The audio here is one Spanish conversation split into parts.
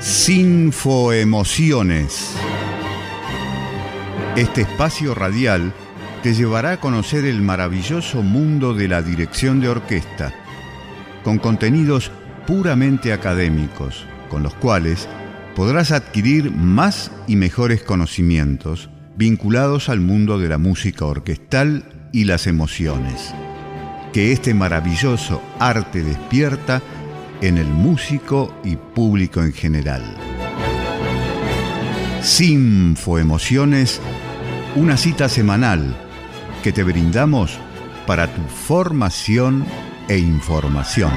Sinfoemociones. Este espacio radial te llevará a conocer el maravilloso mundo de la dirección de orquesta, con contenidos puramente académicos, con los cuales podrás adquirir más y mejores conocimientos vinculados al mundo de la música orquestal y las emociones, que este maravilloso arte despierta en el músico y público en general. Sinfoemociones, una cita semanal que te brindamos para tu formación e información.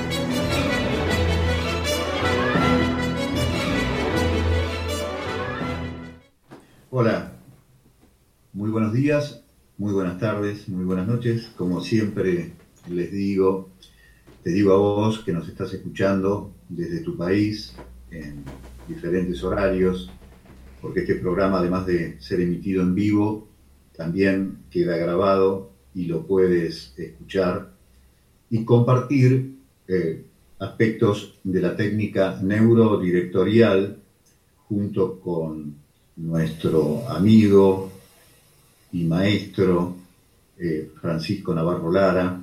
Hola, muy buenos días, muy buenas tardes, muy buenas noches. Como siempre les digo, te digo a vos que nos estás escuchando desde tu país en diferentes horarios, porque este programa, además de ser emitido en vivo, también queda grabado y lo puedes escuchar y compartir aspectos de la técnica neurodirectorial junto con nuestro amigo y maestro Francisco Navarro Lara,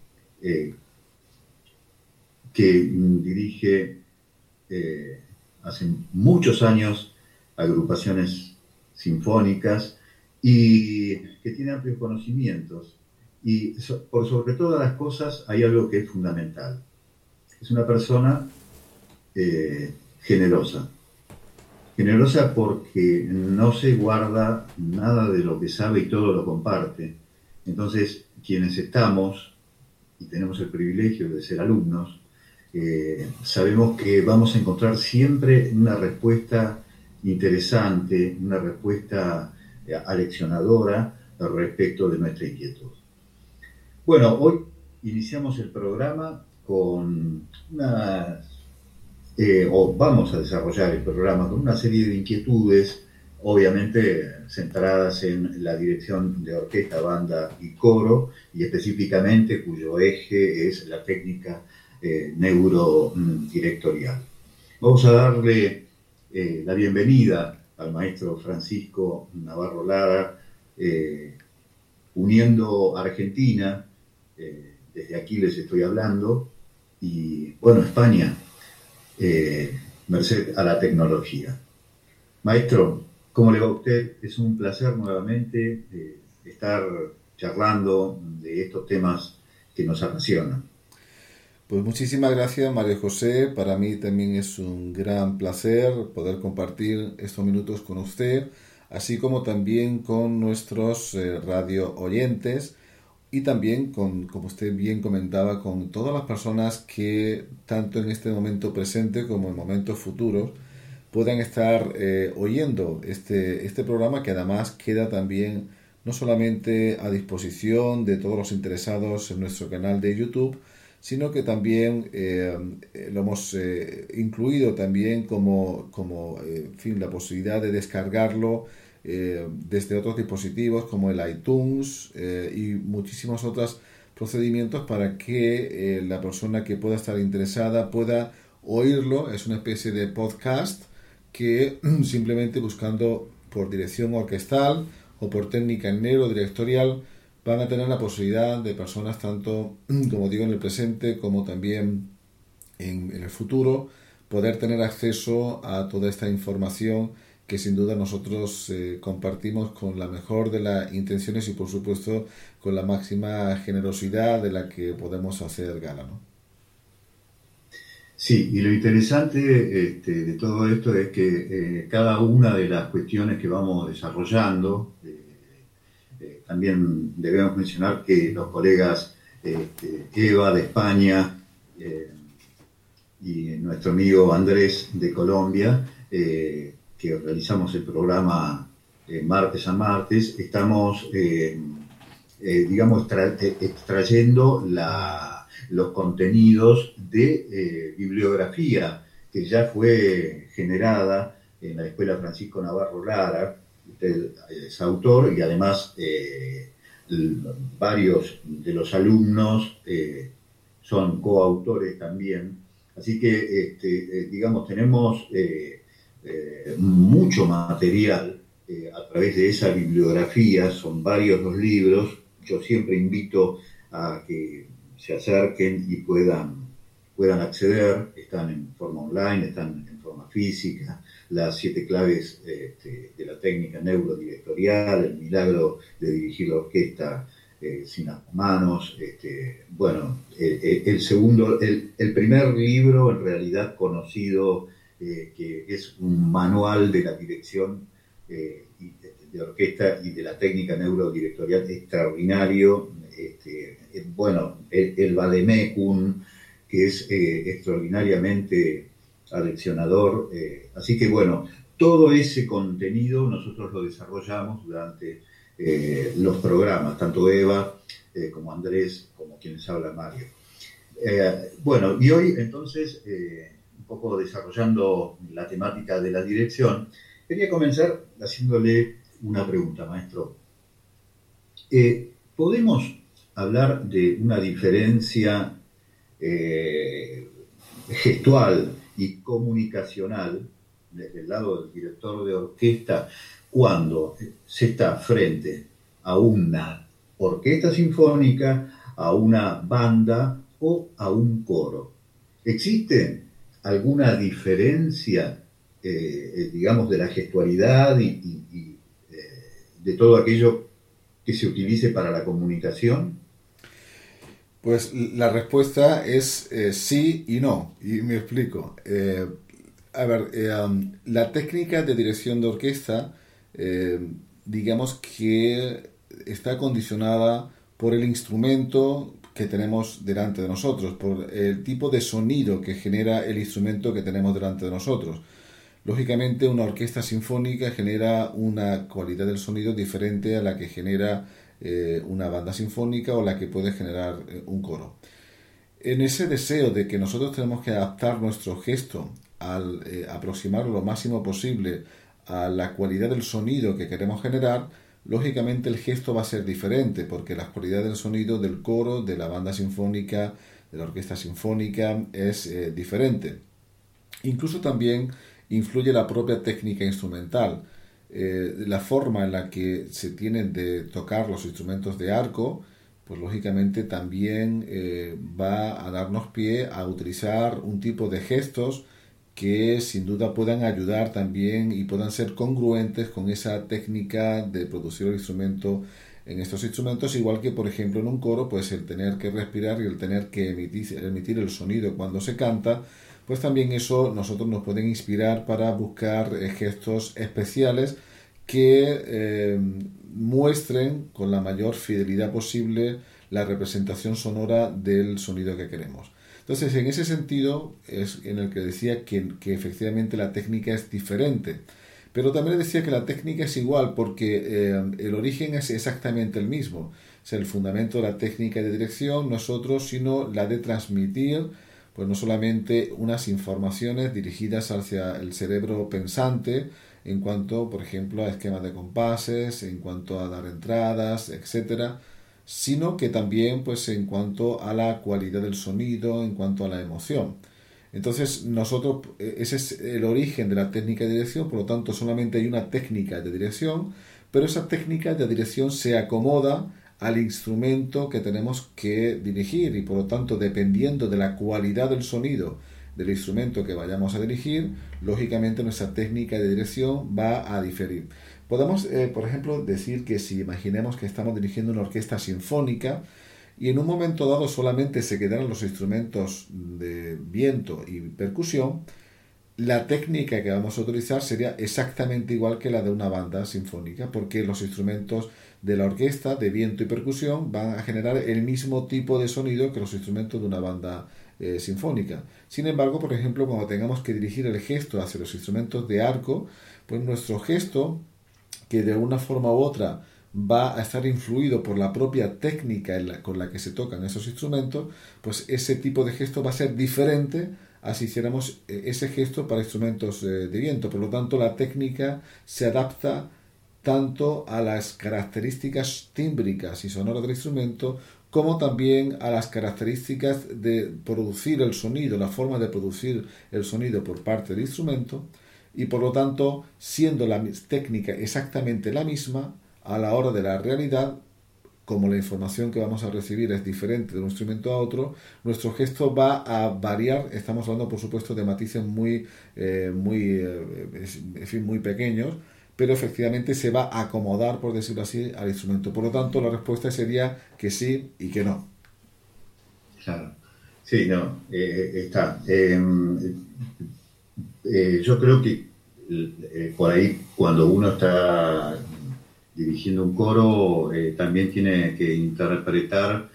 que dirige hace muchos años agrupaciones sinfónicas y que tiene amplios conocimientos. Y por sobre todas las cosas hay algo que es fundamental. Es una persona generosa. Generosa porque no se guarda nada de lo que sabe y todo lo comparte. Entonces, quienes estamos y tenemos el privilegio de ser alumnos, sabemos que vamos a encontrar siempre una respuesta interesante, una respuesta aleccionadora respecto de nuestra inquietud. Bueno, hoy iniciamos el programa con vamos a desarrollar el programa con una serie de inquietudes, obviamente centradas en la dirección de orquesta, banda y coro, y específicamente cuyo eje es la técnica neurodirectorial. Vamos a darle la bienvenida al maestro Francisco Navarro Lara, uniendo Argentina, desde aquí les estoy hablando, y bueno, España, merced a la tecnología. Maestro, ¿cómo le va a usted? Es un placer nuevamente estar charlando de estos temas que nos apasionan. Pues muchísimas gracias, María José. Para mí también es un gran placer poder compartir estos minutos con usted, así como también con nuestros radio oyentes y también con, como usted bien comentaba, con todas las personas que tanto en este momento presente como en momentos futuros puedan estar oyendo este programa, que además queda también no solamente a disposición de todos los interesados en nuestro canal de YouTube, sino que también lo hemos incluido también como en fin, la posibilidad de descargarlo desde otros dispositivos como el iTunes y muchísimos otros procedimientos para que la persona que pueda estar interesada pueda oírlo. Es una especie de podcast que simplemente buscando por dirección orquestal o por técnica neurodirectorial van a tener la posibilidad de personas tanto, como digo, en el presente como también en el futuro, poder tener acceso a toda esta información que sin duda nosotros compartimos con la mejor de las intenciones y por supuesto con la máxima generosidad de la que podemos hacer gala, ¿no? Sí, y lo interesante de todo esto es que cada una de las cuestiones que vamos desarrollando, también debemos mencionar que los colegas Eva de España y nuestro amigo Andrés de Colombia, que realizamos el programa martes a martes, estamos, digamos, extrayendo los contenidos de bibliografía que ya fue generada en la Escuela Francisco Navarro Lara. Usted es autor y además varios de los alumnos son coautores también Así que, digamos, tenemos mucho material a través de esa bibliografía, son varios los libros. Yo siempre invito a que se acerquen y puedan acceder, están en forma online, están en forma física, las 7 claves de la técnica neurodirectorial, el milagro de dirigir la orquesta sin las manos. El primer libro en realidad conocido, que es un manual de la dirección de orquesta y de la técnica neurodirectorial extraordinario. El Vademecum, que es extraordinariamente aleccionador. Así que todo ese contenido nosotros lo desarrollamos durante los programas, tanto Eva como Andrés, como quienes habla Mario. Y hoy entonces, un poco desarrollando la temática de la dirección, quería comenzar haciéndole una pregunta, maestro. ¿Podemos hablar de una diferencia gestual y comunicacional desde el lado del director de orquesta cuando se está frente a una orquesta sinfónica, a una banda o a un coro? ¿Existe alguna diferencia, digamos, de la gestualidad y de todo aquello que se utilice para la comunicación? Pues la respuesta es sí y no, y me explico. La técnica de dirección de orquesta, digamos que está condicionada por el instrumento que tenemos delante de nosotros, por el tipo de sonido que genera el instrumento que tenemos delante de nosotros. Lógicamente, una orquesta sinfónica genera una cualidad del sonido diferente a la que genera una banda sinfónica o la que puede generar un coro. En ese deseo de que nosotros tenemos que adaptar nuestro gesto al aproximarlo lo máximo posible a la cualidad del sonido que queremos generar, lógicamente el gesto va a ser diferente, porque la cualidad del sonido del coro, de la banda sinfónica, de la orquesta sinfónica es diferente. Incluso también influye la propia técnica instrumental. La forma en la que se tienen de tocar los instrumentos de arco, pues lógicamente también va a darnos pie a utilizar un tipo de gestos que sin duda puedan ayudar también y puedan ser congruentes con esa técnica de producir el instrumento en estos instrumentos, igual que por ejemplo en un coro, pues el tener que respirar y el tener que emitir el sonido cuando se canta, pues también eso nosotros nos pueden inspirar para buscar gestos especiales que muestren con la mayor fidelidad posible la representación sonora del sonido que queremos. Entonces, en ese sentido es en el que decía que efectivamente la técnica es diferente, pero también decía que la técnica es igual porque el origen es exactamente el mismo. O sea, el fundamento de la técnica de dirección no es otro sino la de transmitir, pues no solamente unas informaciones dirigidas hacia el cerebro pensante en cuanto, por ejemplo, a esquemas de compases, en cuanto a dar entradas, etcétera, sino que también pues en cuanto a la cualidad del sonido, en cuanto a la emoción. Entonces nosotros, ese es el origen de la técnica de dirección, por lo tanto solamente hay una técnica de dirección, pero esa técnica de dirección se acomoda al instrumento que tenemos que dirigir y por lo tanto dependiendo de la cualidad del sonido del instrumento que vayamos a dirigir, lógicamente nuestra técnica de dirección va a diferir. Podemos, por ejemplo, decir que si imaginemos que estamos dirigiendo una orquesta sinfónica y en un momento dado solamente se quedaran los instrumentos de viento y percusión, la técnica que vamos a utilizar sería exactamente igual que la de una banda sinfónica, porque los instrumentos de la orquesta de viento y percusión van a generar el mismo tipo de sonido que los instrumentos de una banda sinfónica. Sin embargo, por ejemplo, cuando tengamos que dirigir el gesto hacia los instrumentos de arco, pues nuestro gesto, que de una forma u otra va a estar influido por la propia técnica con la que se tocan esos instrumentos, pues ese tipo de gesto va a ser diferente a si hiciéramos ese gesto para instrumentos de viento. Por lo tanto, la técnica se adapta tanto a las características tímbricas y sonoras del instrumento como también a las características de producir el sonido, la forma de producir el sonido por parte del instrumento, y por lo tanto, siendo la técnica exactamente la misma, a la hora de la realidad, como la información que vamos a recibir es diferente de un instrumento a otro, nuestro gesto va a variar. Estamos hablando, por supuesto, de matices muy pequeños, pero efectivamente se va a acomodar, por decirlo así, al instrumento. Por lo tanto, la respuesta sería que sí y que no. Claro. Sí, no, está. Yo creo que por ahí, cuando uno está dirigiendo un coro, también tiene que interpretar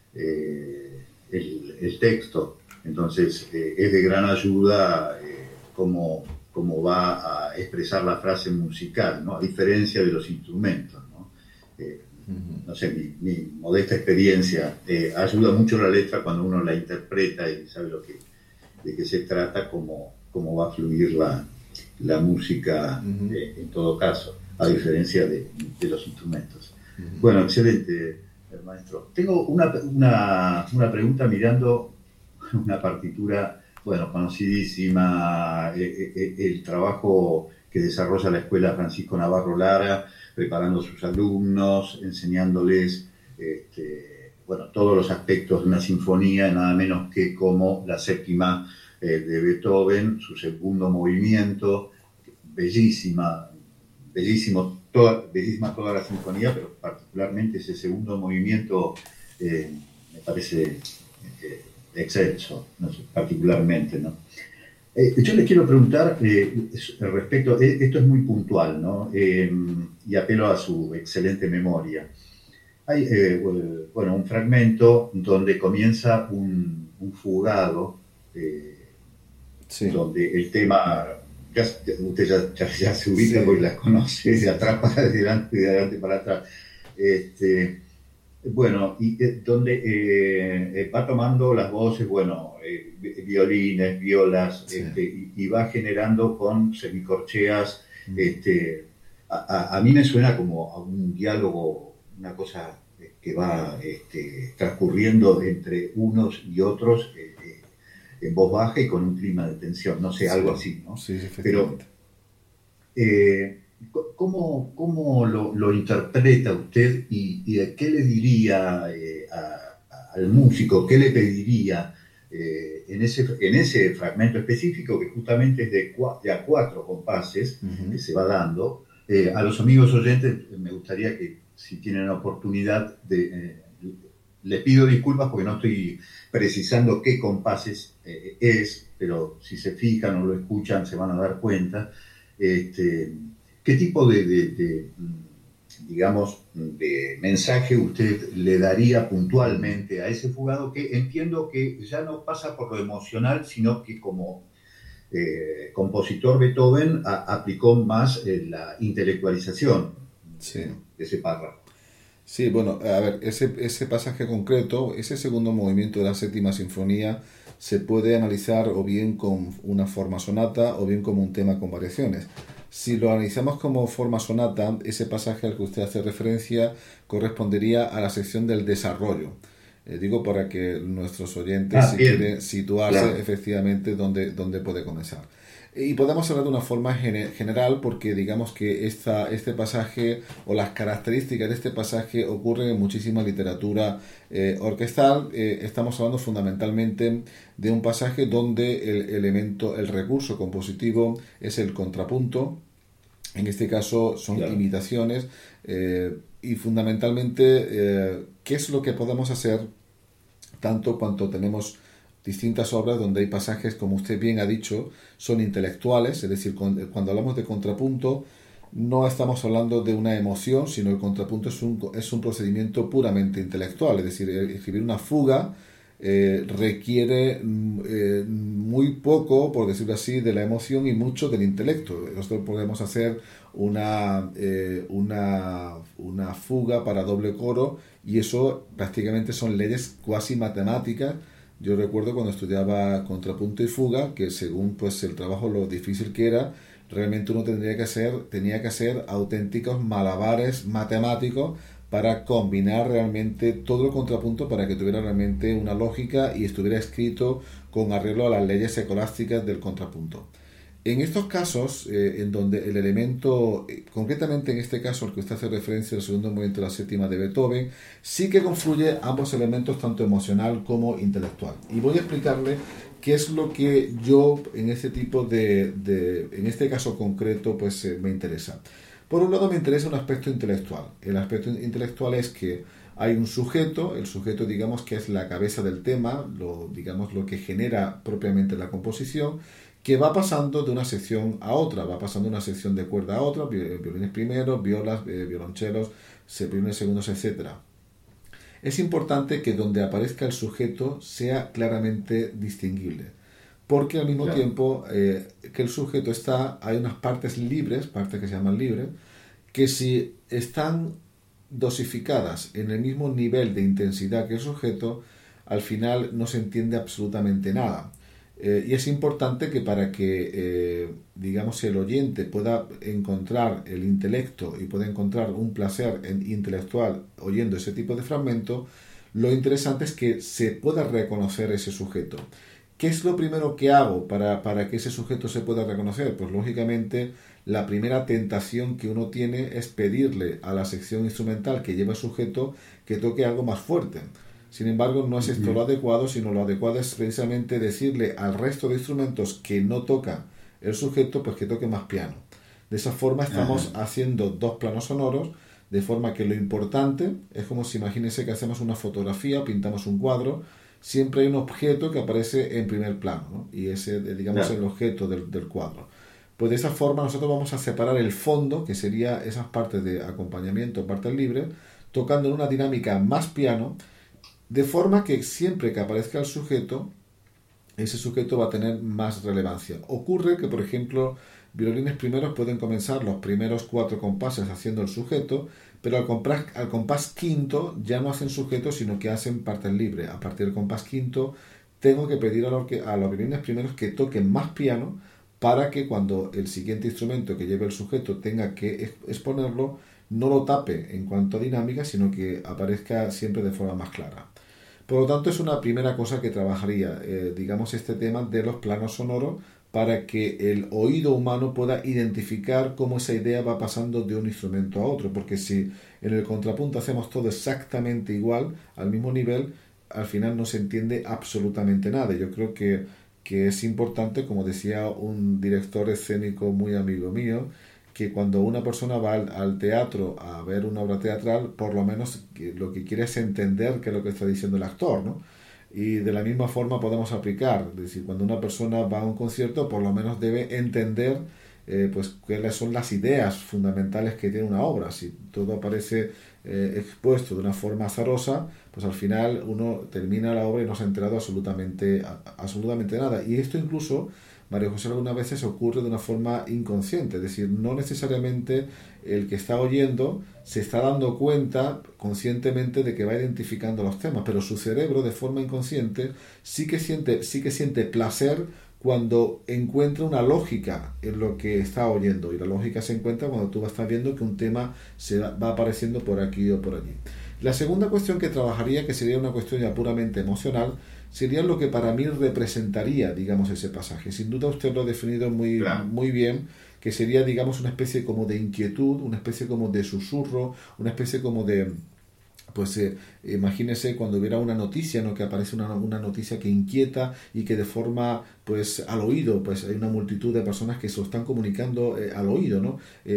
el texto. Entonces, es de gran ayuda cómo va a expresar la frase musical, ¿no? A diferencia de los instrumentos, ¿no? No sé, mi modesta experiencia, ayuda mucho la letra cuando uno la interpreta y sabe de qué se trata, cómo va a fluir la música en todo caso, a diferencia de los instrumentos. Bueno, excelente, maestro. Tengo una pregunta mirando una partitura, bueno, conocidísima, el trabajo que desarrolla la Escuela Francisco Navarro Lara, preparando a sus alumnos, enseñándoles bueno, todos los aspectos de una sinfonía, nada menos que como la séptima de Beethoven, su segundo movimiento, bellísima toda la sinfonía, pero particularmente ese segundo movimiento me parece excelso, no sé, particularmente, ¿no? Yo les quiero preguntar respecto, esto es muy puntual, ¿no? Y apelo a su excelente memoria. Hay bueno, un fragmento donde comienza un fugado, Sí. donde el tema, usted ya se ubica, sí, porque las conoce de atrás para adelante, de adelante para atrás. Bueno, y donde va tomando las voces, bueno, violines, violas, sí, y va generando con semicorcheas. A mí me suena como a un diálogo, una cosa que va transcurriendo entre unos y otros en voz baja y con un clima de tensión, no sé, sí, algo así, ¿no? Sí, pero ¿cómo lo interpreta usted y qué le diría al músico, qué le pediría en ese fragmento específico, que justamente es de a 4 compases, que se va dando? A los amigos oyentes me gustaría que, si tienen la oportunidad les pido disculpas porque no estoy precisando qué compases es, pero si se fijan o lo escuchan se van a dar cuenta. ¿Qué tipo digamos, de mensaje usted le daría puntualmente a ese fugado, que entiendo que ya no pasa por lo emocional, sino que como compositor Beethoven aplicó más la intelectualización, sí, de ese párrafo? Sí, bueno, a ver, ese pasaje concreto, ese segundo movimiento de la séptima sinfonía, se puede analizar o bien con una forma sonata o bien como un tema con variaciones. Si lo analizamos como forma sonata, ese pasaje al que usted hace referencia correspondería a la sección del desarrollo. Digo para que nuestros oyentes, si quieren situarse, claro, efectivamente dónde puede comenzar. Y podemos hablar de una forma general, porque digamos que este pasaje o las características de este pasaje ocurren en muchísima literatura orquestal. Estamos hablando fundamentalmente de un pasaje donde el recurso compositivo es el contrapunto. En este caso son, claro, imitaciones y fundamentalmente ¿qué es lo que podemos hacer tanto cuanto tenemos distintas obras donde hay pasajes, como usted bien ha dicho, son intelectuales? Es decir, cuando hablamos de contrapunto no estamos hablando de una emoción, sino el contrapunto es un procedimiento puramente intelectual. Es decir, escribir una fuga requiere muy poco, por decirlo así, de la emoción y mucho del intelecto. Nosotros podemos hacer una fuga para doble coro y eso prácticamente son leyes cuasi matemáticas. Yo recuerdo cuando estudiaba contrapunto y fuga, que según pues el trabajo, lo difícil que era, realmente uno tenía que hacer auténticos malabares matemáticos para combinar realmente todo el contrapunto para que tuviera realmente una lógica y estuviera escrito con arreglo a las leyes escolásticas del contrapunto. En estos casos, en donde el elemento, concretamente en este caso al que usted hace referencia, el segundo movimiento de la séptima de Beethoven, sí que confluye ambos elementos, tanto emocional como intelectual. Y voy a explicarle qué es lo que yo en este tipo en este caso concreto, pues me interesa. Por un lado me interesa un aspecto intelectual. El aspecto intelectual es que hay un sujeto, el sujeto digamos que es la cabeza del tema, digamos lo que genera propiamente la composición, que va pasando de una sección a otra, va pasando de una sección de cuerda a otra, violines primeros, violas, violonchelos, violines segundos, etcétera. Es importante que donde aparezca el sujeto sea claramente distinguible, porque al mismo tiempo que el sujeto hay unas partes libres, partes que se llaman libres, que si están dosificadas en el mismo nivel de intensidad que el sujeto, al final no se entiende absolutamente nada. Y es importante que para que, digamos, el oyente pueda encontrar el intelecto y pueda encontrar un placer intelectual oyendo ese tipo de fragmento, lo interesante es que se pueda reconocer ese sujeto. ¿Qué es lo primero que hago para que ese sujeto se pueda reconocer? Pues lógicamente la primera tentación que uno tiene es pedirle a la sección instrumental que lleva el sujeto que toque algo más fuerte. Sin embargo, no es esto lo adecuado, sino lo adecuado es precisamente decirle al resto de instrumentos que no toca el sujeto, pues que toque más piano. De esa forma estamos haciendo dos planos sonoros, de forma que lo importante es como si imagínense que hacemos una fotografía, pintamos un cuadro, siempre hay un objeto que aparece en primer plano, ¿no? Y ese, digamos, es el objeto del cuadro. Pues de esa forma nosotros vamos a separar el fondo, que sería esas partes de acompañamiento, partes libres, tocando en una dinámica más piano, de forma que siempre que aparezca el sujeto, ese sujeto va a tener más relevancia. Ocurre que, por ejemplo, violines primeros pueden comenzar los primeros 4 compases haciendo el sujeto, pero al compás quinto ya no hacen sujeto, sino que hacen partes libres. A partir del compás quinto tengo que pedir a los violines primeros que toquen más piano para que cuando el siguiente instrumento que lleve el sujeto tenga que exponerlo, no lo tape en cuanto a dinámica, sino que aparezca siempre de forma más clara. Por lo tanto, es una primera cosa que trabajaría, digamos, este tema de los planos sonoros para que el oído humano pueda identificar cómo esa idea va pasando de un instrumento a otro, porque si en el contrapunto hacemos todo exactamente igual, al mismo nivel, al final no se entiende absolutamente nada. Yo creo que es importante, como decía un director escénico muy amigo mío, que cuando una persona va al teatro a ver una obra teatral, por lo menos lo que quiere es entender qué es lo que está diciendo el actor, ¿no? Y de la misma forma podemos aplicar, es decir, cuando una persona va a un concierto, por lo menos debe entender pues cuáles son las ideas fundamentales que tiene una obra. Si todo aparece expuesto de una forma azarosa, pues al final uno termina la obra y no se ha enterado absolutamente nada. Y esto incluso, María José, algunas veces ocurre de una forma inconsciente, es decir, no necesariamente el que está oyendo se está dando cuenta conscientemente de que va identificando los temas, pero su cerebro de forma inconsciente sí que siente placer cuando encuentra una lógica en lo que está oyendo, y la lógica se encuentra cuando tú vas a estar viendo que un tema va apareciendo por aquí o por allí. La segunda cuestión que trabajaría, que sería una cuestión ya puramente emocional, sería lo que para mí representaría, digamos, ese pasaje. Sin duda usted lo ha definido muy bien, que sería, digamos, una especie como de inquietud, una especie como de susurro, una especie como de... Pues imagínese cuando hubiera una noticia, ¿no? Que aparece una noticia que inquieta y que de forma, pues al oído, pues hay una multitud de personas que se lo están comunicando al oído, ¿no?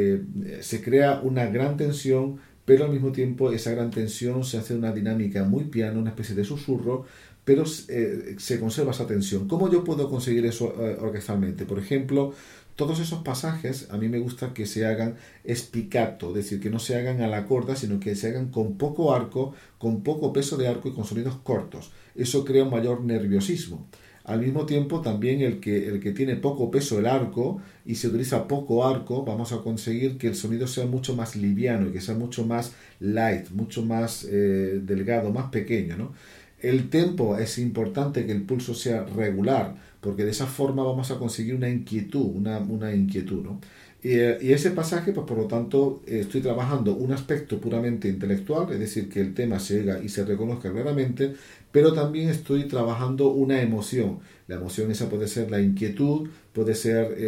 Se crea una gran tensión, pero al mismo tiempo esa gran tensión se hace una dinámica muy piano, una especie de susurro, pero se conserva esa tensión. ¿Cómo yo puedo conseguir eso orquestalmente? Por ejemplo, todos esos pasajes a mí me gusta que se hagan spiccato, es decir, que no se hagan a la corta, sino que se hagan con poco arco, con poco peso de arco y con sonidos cortos. Eso crea un mayor nerviosismo. Al mismo tiempo, también el que tiene poco peso el arco y se utiliza poco arco, vamos a conseguir que el sonido sea mucho más liviano y que sea mucho más light, mucho más delgado, más pequeño, ¿no? El tempo es importante que el pulso sea regular, porque de esa forma vamos a conseguir una inquietud, ¿no? Y ese pasaje, pues por lo tanto, estoy trabajando un aspecto puramente intelectual, es decir, que el tema se oiga y se reconozca claramente, pero también estoy trabajando una emoción. La emoción esa puede ser la inquietud, puede ser,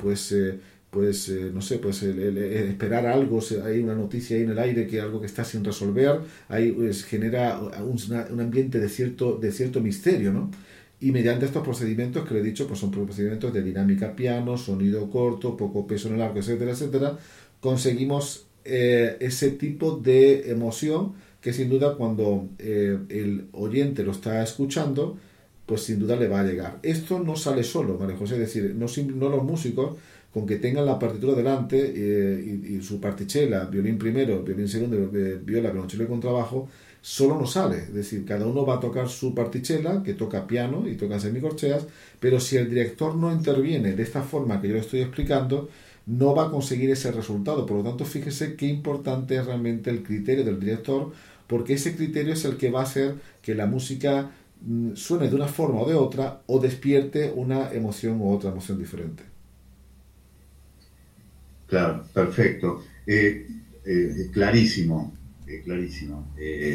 no sé, pues el esperar algo, hay una noticia ahí en el aire, que algo que está sin resolver, ahí genera un ambiente de cierto misterio, ¿no? Y mediante estos procedimientos que le he dicho, pues son procedimientos de dinámica piano, sonido corto, poco peso en el arco, etcétera, etcétera, conseguimos ese tipo de emoción que sin duda cuando el oyente lo está escuchando, pues sin duda le va a llegar. Esto no sale solo, María José, es decir, no los músicos con que tengan la partitura delante y su partichela, violín primero, violín segundo, viola, violonchelo y contrabajo, solo no sale. Es decir, cada uno va a tocar su partichela, que toca piano y toca semicorcheas, pero si el director no interviene de esta forma que yo le estoy explicando, no va a conseguir ese resultado. Por lo tanto, fíjese qué importante es realmente el criterio del director, porque ese criterio es el que va a hacer que la música suene de una forma o de otra, o despierte una emoción u otra emoción diferente. Claro, perfecto. Clarísimo, clarísimo.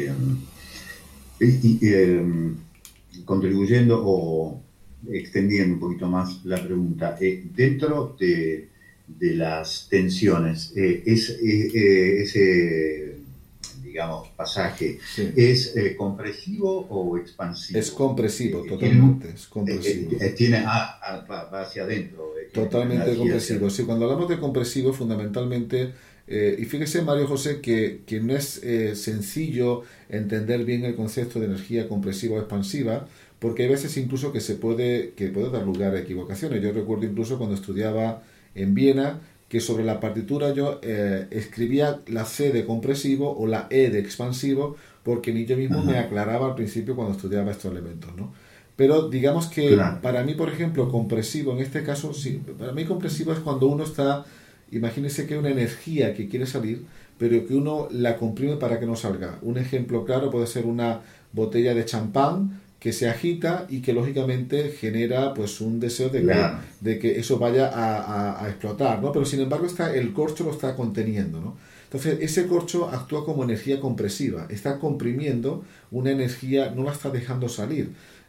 Contribuyendo o extendiendo un poquito más la pregunta, dentro de las tensiones, ese, digamos, pasaje, Sí. ¿es compresivo o expansivo? Es compresivo, totalmente, es compresivo. Va hacia adentro. Totalmente compresivo. Sí, cuando hablamos de compresivo, fundamentalmente, y fíjese, Mario José, que no es sencillo entender bien el concepto de energía compresiva o expansiva, porque hay veces incluso que puede dar lugar a equivocaciones. Yo recuerdo incluso cuando estudiaba en Viena, que sobre la partitura yo escribía la C de compresivo o la E de expansivo, porque ni yo mismo me aclaraba al principio cuando estudiaba estos elementos, ¿no? Pero digamos que para mí, por ejemplo, compresivo, en este caso, sí, para mí compresivo es cuando uno está, imagínese que hay una energía que quiere salir, pero que uno la comprime para que no salga. Un ejemplo claro puede ser una botella de champán que se agita y que lógicamente genera pues un deseo de que eso vaya a explotar, ¿no? Pero sin embargo el corcho lo está conteniendo, ¿no? Entonces ese corcho actúa como energía compresiva, está comprimiendo una energía, no la está dejando salir.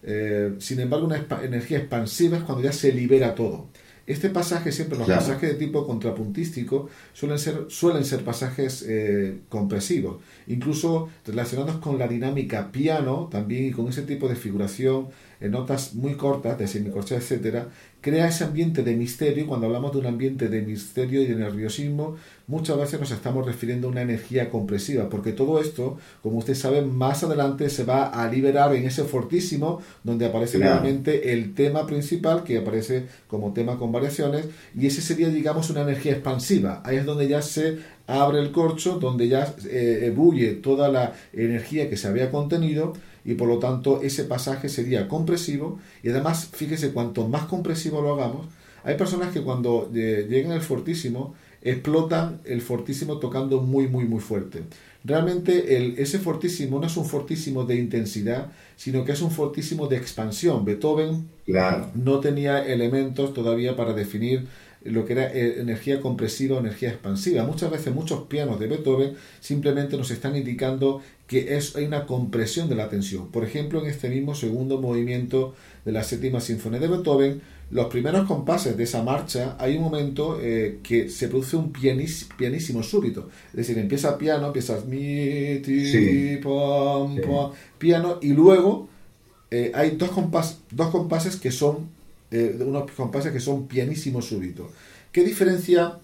Sin embargo, una energía expansiva es cuando ya se libera todo. Este pasaje, siempre los pasajes de tipo contrapuntístico suelen ser pasajes compresivos, incluso relacionados con la dinámica piano también, y con ese tipo de figuración en notas muy cortas, de semicorchea, etcétera, crea ese ambiente de misterio. Cuando hablamos de un ambiente de misterio y de nerviosismo, muchas veces nos estamos refiriendo a una energía compresiva, porque todo esto, como usted sabe, más adelante se va a liberar en ese fortísimo, donde aparece nuevamente el tema principal, que aparece como tema con variaciones, y ese sería, digamos, una energía expansiva. Ahí es donde ya se abre el corcho, donde ya ebulle toda la energía que se había contenido, y por lo tanto ese pasaje sería compresivo. Y además, fíjese, cuanto más compresivo lo hagamos, hay personas que cuando llegan al fortísimo explotan el fortísimo tocando muy muy muy fuerte. Realmente ese fortísimo no es un fortísimo de intensidad, sino que es un fortísimo de expansión. Beethoven no tenía elementos todavía para definir lo que era energía compresiva o energía expansiva. Muchas veces muchos pianos de Beethoven simplemente nos están indicando que hay una compresión de la tensión. Por ejemplo, en este mismo segundo movimiento de la séptima sinfonía de Beethoven, los primeros compases de esa marcha, hay un momento que se produce un pianísimo súbito. Es decir, empieza piano, empiezas mi, ti, pam, pam, piano, y luego hay dos compases que son unos compases que son pianísimo súbito. ¿Qué diferencia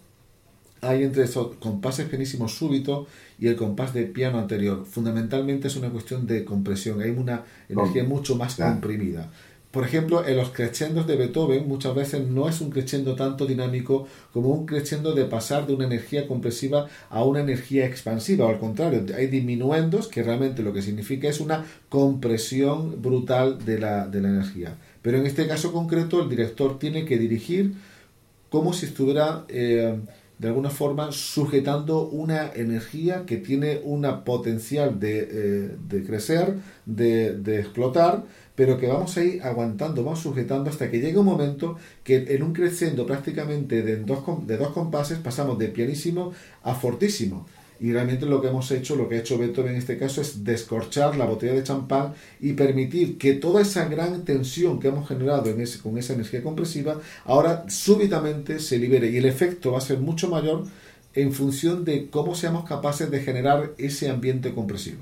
hay entre esos compases pianísimo súbito y el compás de piano anterior? Fundamentalmente es una cuestión de compresión. Hay una energía mucho más comprimida. Por ejemplo, en los crescendos de Beethoven muchas veces no es un crescendo tanto dinámico como un crescendo de pasar de una energía compresiva a una energía expansiva, o al contrario, hay diminuendos que realmente lo que significa es una compresión brutal de la energía. Pero en este caso concreto el director tiene que dirigir como si estuviera de alguna forma sujetando una energía que tiene una potencial de crecer, de explotar, pero que vamos a ir aguantando, vamos sujetando hasta que llegue un momento que en un crescendo prácticamente de dos compases pasamos de pianísimo a fortísimo. Y realmente lo que hemos hecho, lo que ha hecho Beethoven en este caso, es descorchar la botella de champán y permitir que toda esa gran tensión que hemos generado con esa energía compresiva, ahora súbitamente se libere. Y el efecto va a ser mucho mayor en función de cómo seamos capaces de generar ese ambiente compresivo.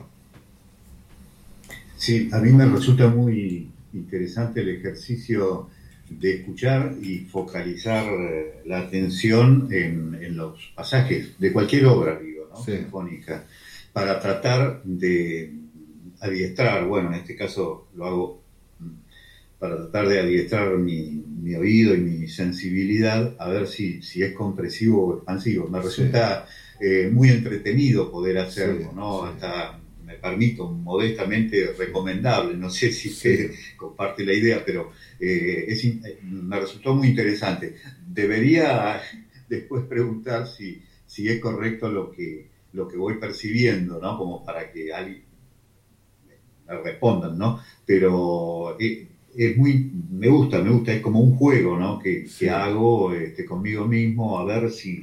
Sí, a mí me resulta muy interesante el ejercicio de escuchar y focalizar la atención en los pasajes de cualquier obra, digo, ¿no? Sí. Sinfónica, para tratar de adiestrar, bueno, en este caso lo hago para tratar de adiestrar mi oído y mi sensibilidad a ver si es compresivo o expansivo. Me resulta muy entretenido poder hacerlo, ¿no? Sí. Hasta me permito modestamente recomendable, no sé si usted comparte la idea, pero me resultó muy interesante. Debería después preguntar si es correcto lo que voy percibiendo, ¿no? Como para que alguien me respondan, ¿no? Pero me gusta, es como un juego, ¿no? Que hago conmigo mismo, a ver si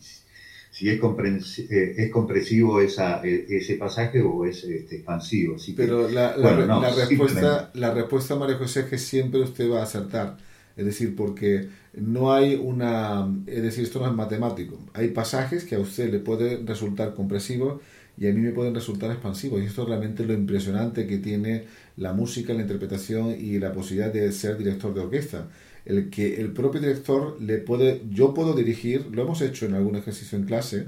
es compresivo ese pasaje o es expansivo. Así pero que, la respuesta, María José, es que siempre usted va a acertar. Es decir, porque no hay es decir, esto no es matemático. Hay pasajes que a usted le pueden resultar compresivos y a mí me pueden resultar expansivos. Y esto es realmente lo impresionante que tiene la música, la interpretación y la posibilidad de ser director de orquesta. El que el propio director yo puedo dirigir, lo hemos hecho en algún ejercicio en clase,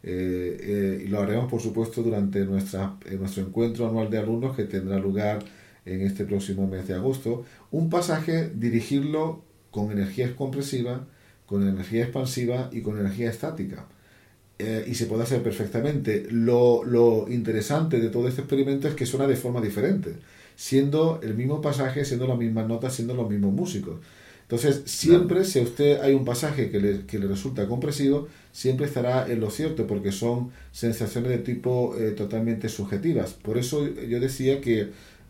y lo haremos por supuesto durante nuestro encuentro anual de alumnos que tendrá lugar en este próximo mes de agosto, un pasaje dirigirlo con energía compresiva, con energía expansiva y con energía estática. Y se puede hacer perfectamente. Lo interesante de todo este experimento es que suena de forma diferente, siendo el mismo pasaje, siendo las mismas notas, siendo los mismos músicos. Entonces, siempre, si a usted hay un pasaje que le resulta compresivo, siempre estará en lo cierto, porque son sensaciones de tipo totalmente subjetivas. Por eso yo decía que,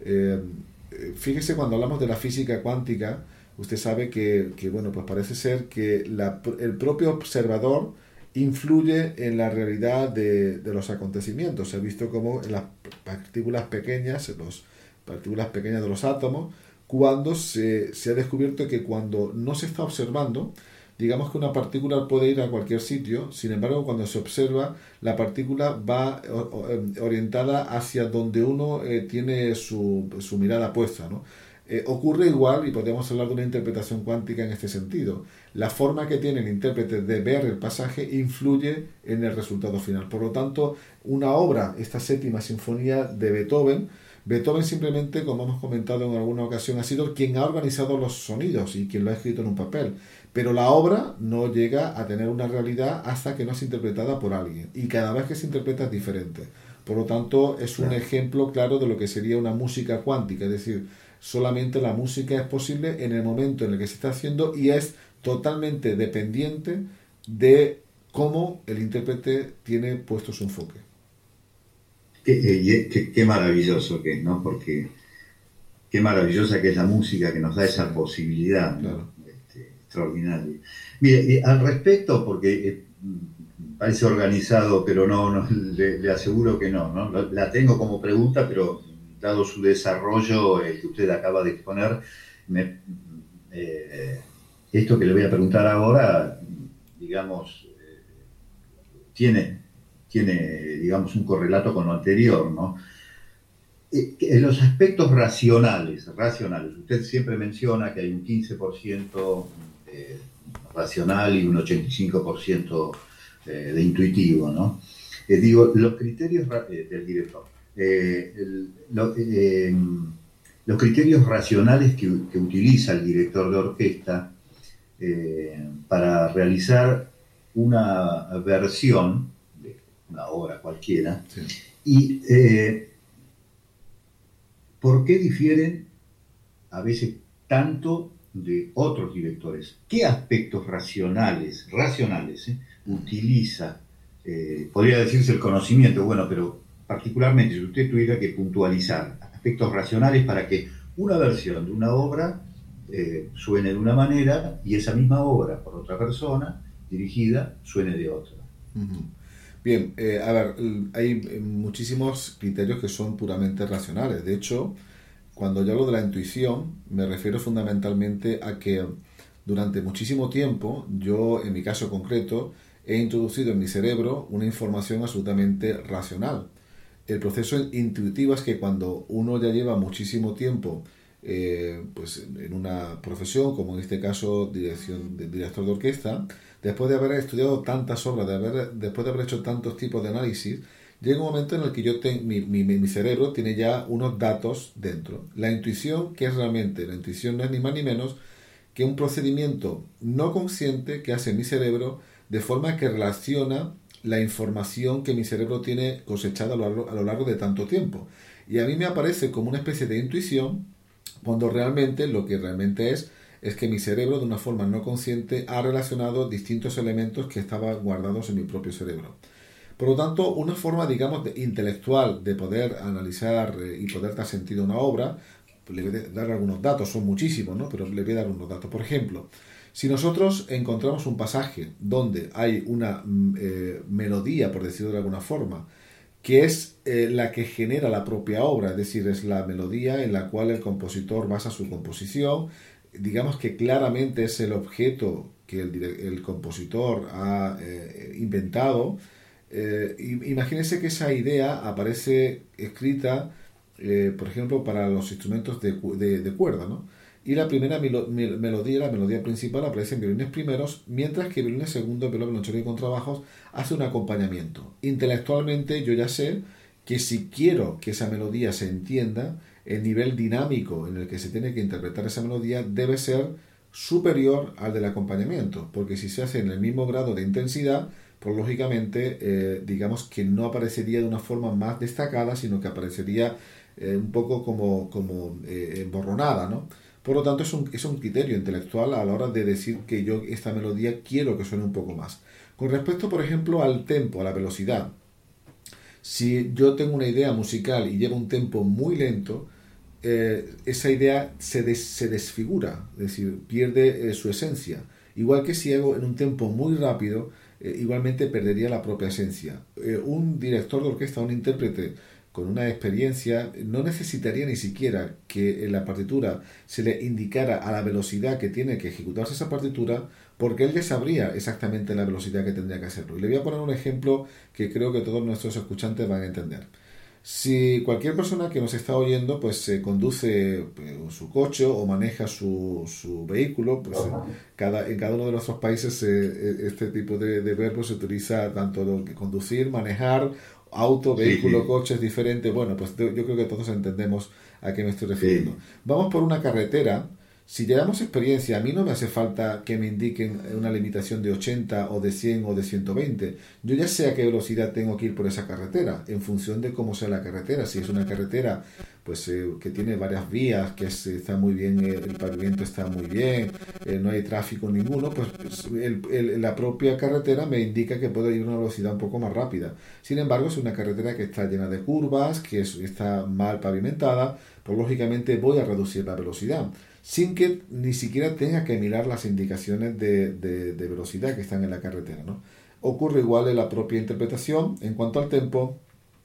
fíjese, cuando hablamos de la física cuántica, usted sabe que bueno, pues parece ser que el propio observador influye en la realidad de los acontecimientos. Se ha visto como en las partículas pequeñas de los átomos, cuando se ha descubierto que cuando no se está observando, digamos que una partícula puede ir a cualquier sitio, sin embargo, cuando se observa, la partícula va orientada hacia donde uno tiene su mirada puesta, ¿no? Ocurre igual, y podemos hablar de una interpretación cuántica en este sentido. La forma que tiene el intérprete de ver el pasaje influye en el resultado final. Por lo tanto, una obra, esta séptima sinfonía de Beethoven simplemente, como hemos comentado en alguna ocasión, ha sido quien ha organizado los sonidos y quien lo ha escrito en un papel. Pero la obra no llega a tener una realidad hasta que no es interpretada por alguien. Y cada vez que se interpreta es diferente. Por lo tanto, es un ejemplo claro de lo que sería una música cuántica. Es decir, solamente la música es posible en el momento en el que se está haciendo y es totalmente dependiente de cómo el intérprete tiene puesto su enfoque. Qué maravilloso que es, ¿no? Porque qué maravillosa que es la música que nos da esa posibilidad, ¿no? Claro. Extraordinaria. Mire, al respecto, porque parece organizado, pero no le aseguro que no. La tengo como pregunta, pero dado su desarrollo que usted acaba de exponer, esto que le voy a preguntar ahora, digamos, tiene, digamos, un correlato con lo anterior, ¿no? En los aspectos racionales, usted siempre menciona que hay un 15% racional y un 85% de intuitivo, ¿no? Digo, los criterios del director, los criterios racionales que utiliza el director de orquesta para realizar una versión de una obra cualquiera, Sí. y ¿por qué difieren a veces tanto de otros directores? ¿Qué aspectos racionales utiliza, podría decirse el conocimiento, bueno, pero particularmente si usted tuviera que puntualizar aspectos racionales para que una versión de una obra suene de una manera y esa misma obra por otra persona dirigida suene de otra. Ujú. Bien, a ver, hay muchísimos criterios que son puramente racionales. De hecho, cuando yo hablo de la intuición, me refiero fundamentalmente a que durante muchísimo tiempo, yo en mi caso concreto, he introducido en mi cerebro una información absolutamente racional. El proceso intuitivo es que cuando uno ya lleva muchísimo tiempo pues en una profesión, como en este caso director de orquesta, después de haber estudiado tantas obras, después de haber hecho tantos tipos de análisis, llega un momento en el que mi cerebro tiene ya unos datos dentro. La intuición, ¿qué es realmente? La intuición no es ni más ni menos que un procedimiento no consciente que hace mi cerebro de forma que relaciona la información que mi cerebro tiene cosechada a lo largo de tanto tiempo. Y a mí me aparece como una especie de intuición cuando realmente lo que realmente es que mi cerebro de una forma no consciente ha relacionado distintos elementos que estaban guardados en mi propio cerebro. Por lo tanto, una forma, digamos, intelectual de poder analizar y poder dar sentido a una obra, le voy a dar algunos datos, son muchísimos, ¿no? Pero le voy a dar unos datos. Por ejemplo, si nosotros encontramos un pasaje donde hay una melodía, por decirlo de alguna forma, que es la que genera la propia obra, es decir, es la melodía en la cual el compositor basa su composición, digamos que claramente es el objeto que el compositor ha inventado. Imagínense que esa idea aparece escrita, por ejemplo, para los instrumentos de cuerda, ¿no? Y la primera melodía, la melodía principal, aparece en violines primeros, mientras que violines segundos, violonchelo y contrabajos hace un acompañamiento. Intelectualmente yo ya sé que si quiero que esa melodía se entienda, el nivel dinámico en el que se tiene que interpretar esa melodía debe ser superior al del acompañamiento, porque si se hace en el mismo grado de intensidad, pues lógicamente digamos que no aparecería de una forma más destacada, sino que aparecería un poco como emborronada, ¿no? Por lo tanto, es un criterio intelectual a la hora de decir que yo esta melodía quiero que suene un poco más. Con respecto, por ejemplo, al tempo, a la velocidad, si yo tengo una idea musical y lleva un tempo muy lento, esa idea se desfigura, es decir, pierde su esencia. Igual que si hago en un tempo muy rápido, igualmente perdería la propia esencia. Un director de orquesta, un intérprete con una experiencia, no necesitaría ni siquiera que en la partitura se le indicara a la velocidad que tiene que ejecutarse esa partitura, porque él ya sabría exactamente la velocidad que tendría que hacerlo. Y le voy a poner un ejemplo que creo que todos nuestros escuchantes van a entender. Si cualquier persona que nos está oyendo pues conduce su coche o maneja su vehículo, pues en cada uno de nuestros países este tipo de verbos se utiliza tanto lo que conducir, manejar, auto, vehículo, sí. Coche es diferente. Bueno, pues yo creo que todos entendemos a qué me estoy refiriendo. Sí. Vamos por una carretera. Si llevamos experiencia, a mí no me hace falta que me indiquen una limitación de 80 o de 100 o de 120. Yo ya sé a qué velocidad tengo que ir por esa carretera, en función de cómo sea la carretera. Si es una carretera pues que tiene varias vías, que está muy bien, el pavimento está muy bien, no hay tráfico ninguno, pues la propia carretera me indica que puedo ir a una velocidad un poco más rápida. Sin embargo, es una carretera que está llena de curvas, que está mal pavimentada, pues lógicamente voy a reducir la velocidad, sin que ni siquiera tenga que mirar las indicaciones de velocidad que están en la carretera, ¿no? Ocurre igual en la propia interpretación. En cuanto al tempo,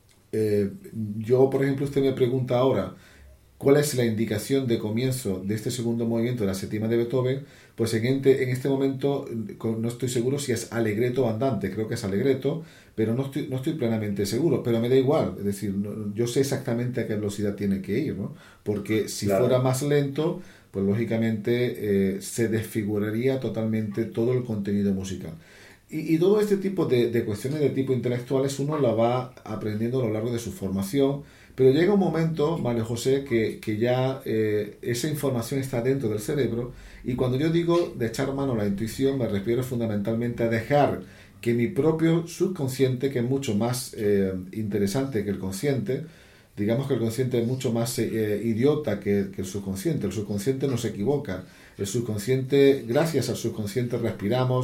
yo, por ejemplo, usted me pregunta ahora cuál es la indicación de comienzo de este segundo movimiento de la séptima de Beethoven, pues en este momento no estoy seguro si es allegretto o andante, creo que es allegretto, pero no estoy plenamente seguro, pero me da igual, es decir, yo sé exactamente a qué velocidad tiene que ir, ¿no? Porque si claro, fuera más lento, pues lógicamente se desfiguraría totalmente todo el contenido musical. Y todo este tipo de cuestiones de tipo intelectuales uno la va aprendiendo a lo largo de su formación, pero llega un momento, Mario José, que ya esa información está dentro del cerebro, y cuando yo digo de echar mano a la intuición me refiero fundamentalmente a dejar que mi propio subconsciente, que es mucho más interesante que el consciente, digamos que el consciente es mucho más idiota que el subconsciente no se equivoca, el subconsciente, gracias al subconsciente respiramos,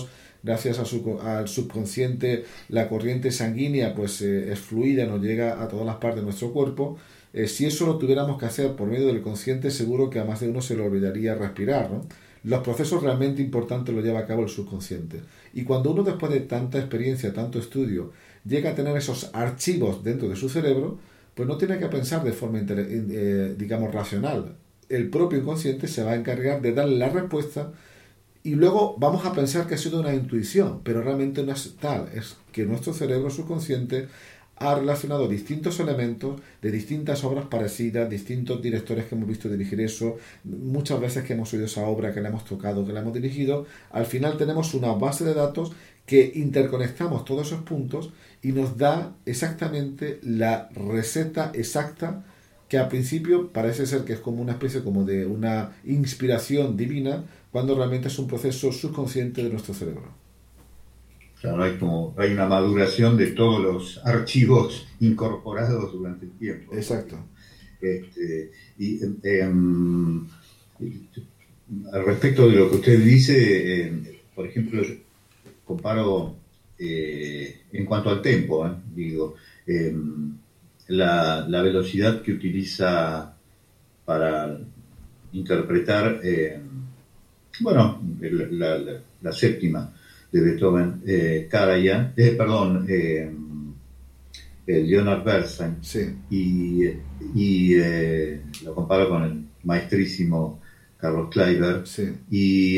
gracias al subconsciente la corriente sanguínea pues es fluida, nos llega a todas las partes de nuestro cuerpo. Si eso lo tuviéramos que hacer por medio del consciente, seguro que a más de uno se le olvidaría respirar, ¿no? Los procesos realmente importantes los lleva a cabo el subconsciente. Y cuando uno, después de tanta experiencia, tanto estudio, llega a tener esos archivos dentro de su cerebro, pues no tiene que pensar de forma, digamos, racional. El propio inconsciente se va a encargar de darle la respuesta y luego vamos a pensar que ha sido una intuición, pero realmente no es tal. Es que nuestro cerebro subconsciente ha relacionado distintos elementos de distintas obras parecidas, distintos directores que hemos visto dirigir eso, muchas veces que hemos oído esa obra, que la hemos tocado, que la hemos dirigido. Al final tenemos una base de datos que interconectamos todos esos puntos y nos da exactamente la receta exacta, que al principio parece ser que es como una especie como de una inspiración divina, cuando realmente es un proceso subconsciente de nuestro cerebro. Claro, hay una maduración de todos los archivos incorporados durante el tiempo. Exacto. Al respecto de lo que usted dice, por ejemplo, yo comparo en cuanto al tempo, digo, la velocidad que utiliza para interpretar, la séptima de Beethoven, Leonard Bernstein, Sí. y lo comparo con el maestrísimo Carlos Kleiber, Sí. y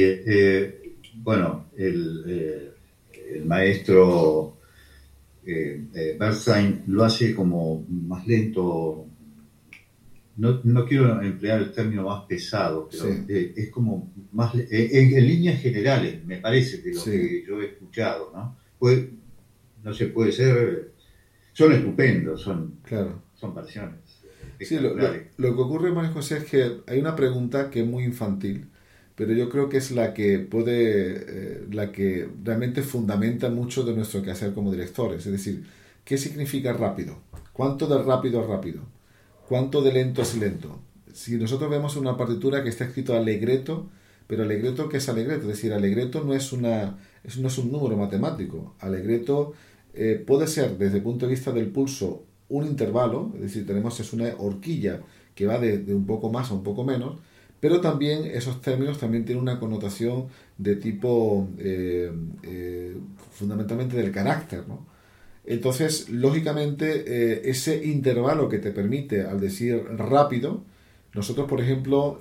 el maestro Bernstein lo hace como más lento. No quiero emplear el término más pesado, pero sí, es como más en líneas generales, me parece, de lo que yo he escuchado, ¿no? Puede ser, son estupendos, son versiones. Sí, lo que ocurre, María José, es que hay una pregunta que es muy infantil, pero yo creo que es la que la que realmente fundamenta mucho de nuestro quehacer como directores. Es decir, ¿qué significa rápido? ¿Cuánto de rápido es rápido? ¿Cuánto de lento es lento? Si nosotros vemos una partitura que está escrito allegretto, pero allegretto, ¿qué es allegretto? Es decir, allegretto no es un número matemático. Allegretto puede ser, desde el punto de vista del pulso, un intervalo, es decir, es una horquilla que va de un poco más a un poco menos, pero también esos términos también tienen una connotación de tipo fundamentalmente del carácter, ¿no? Entonces, lógicamente, ese intervalo que te permite, al decir rápido, nosotros, por ejemplo,